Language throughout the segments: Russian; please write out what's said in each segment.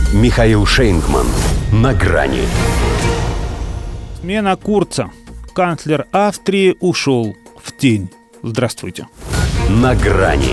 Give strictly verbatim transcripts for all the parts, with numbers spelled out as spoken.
Михаил Шейнгман. На грани. Смена Курца. Канцлер Австрии ушел в тень. Здравствуйте. На грани.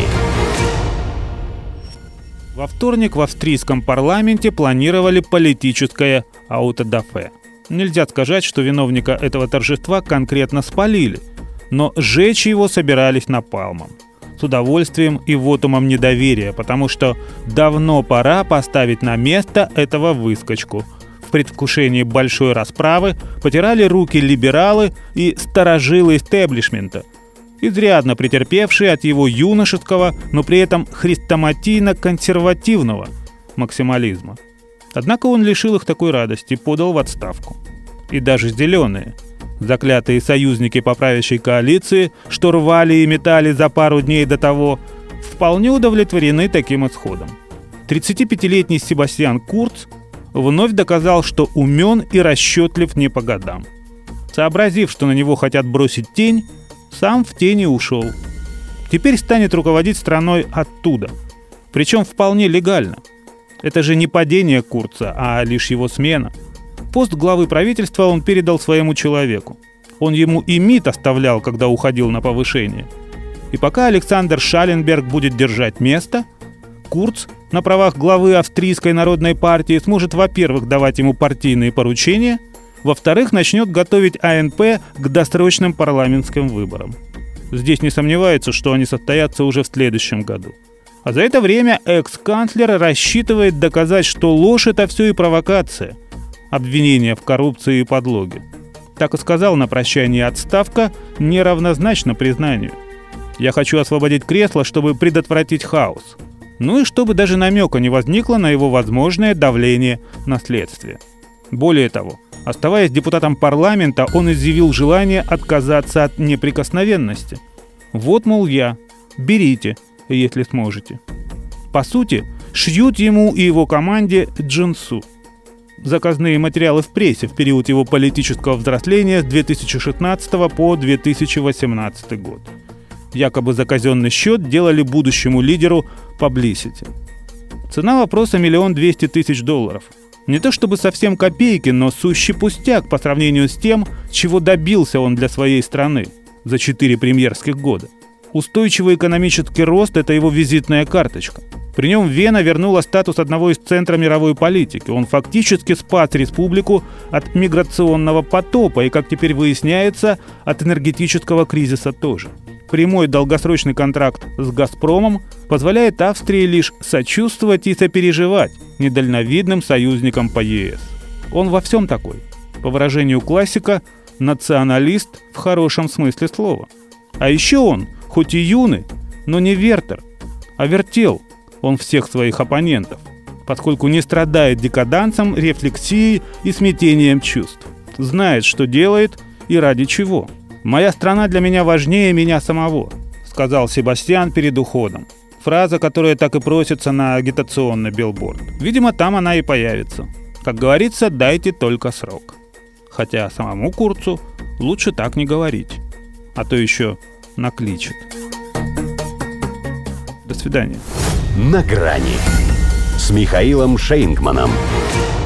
Во вторник в австрийском парламенте планировали политическое аутодафе. Нельзя сказать, что виновника этого торжества конкретно спалили, но сжечь его собирались напалмом. С удовольствием и вотумом недоверия, потому что давно пора поставить на место этого выскочку. В предвкушении большой расправы потирали руки либералы и старожилы истеблишмента, изрядно претерпевшие от его юношеского, но при этом хрестоматийно-консервативного максимализма. Однако он лишил их такой радости, подал в отставку. И даже зеленые, заклятые союзники по правящей коалиции, что рвали и метали за пару дней до того, вполне удовлетворены таким исходом. тридцатипятилетний Себастьян Курц вновь доказал, что умен и расчетлив не по годам. Сообразив, что на него хотят бросить тень, сам в тени ушел. Теперь станет руководить страной оттуда. Причем вполне легально. Это же не падение Курца, а лишь его смена. Пост главы правительства он передал своему человеку. Он ему и МИД оставлял, когда уходил на повышение. И пока Александр Шалленберг будет держать место, Курц на правах главы Австрийской народной партии сможет, во-первых, давать ему партийные поручения, во-вторых, начнет готовить А Н П к досрочным парламентским выборам. Здесь не сомневается, что они состоятся уже в следующем году. А за это время экс-канцлер рассчитывает доказать, что ложь — это все и провокация, обвинения в коррупции и подлоге. Так и сказал на прощании: отставка неравнозначна признанию. Я хочу освободить кресло, чтобы предотвратить хаос. Ну и чтобы даже намека не возникло на его возможное давление на следствие. Более того, оставаясь депутатом парламента, он изъявил желание отказаться от неприкосновенности. Вот, мол, я. Берите, если сможете. По сути, шьют ему и его команде джинсу. Заказные материалы в прессе в период его политического взросления с две тысячи шестнадцатого по две тысячи восемнадцатый год. Якобы за казенный счет делали будущему лидеру паблисити. Цена вопроса миллион двести тысяч долларов. Не то чтобы совсем копейки, но сущий пустяк по сравнению с тем, чего добился он для своей страны за четыре премьерских года. Устойчивый экономический рост – это его визитная карточка. При нем Вена вернула статус одного из центров мировой политики. Он фактически спас республику от миграционного потопа и, как теперь выясняется, от энергетического кризиса тоже. Прямой долгосрочный контракт с «Газпромом» позволяет Австрии лишь сочувствовать и сопереживать недальновидным союзникам по Е С. Он во всем такой. По выражению классика, националист в хорошем смысле слова. А еще он, хоть и юный, но не Вертер, а вертел он всех своих оппонентов, поскольку не страдает декадансом, рефлексией и смятением чувств. Знает, что делает и ради чего. «Моя страна для меня важнее меня самого», — сказал Себастьян перед уходом. Фраза, которая так и просится на агитационный билборд. Видимо, там она и появится. Как говорится, дайте только срок. Хотя самому Курцу лучше так не говорить, а то еще накличет. До свидания. На грани с Михаилом Шейнгманом.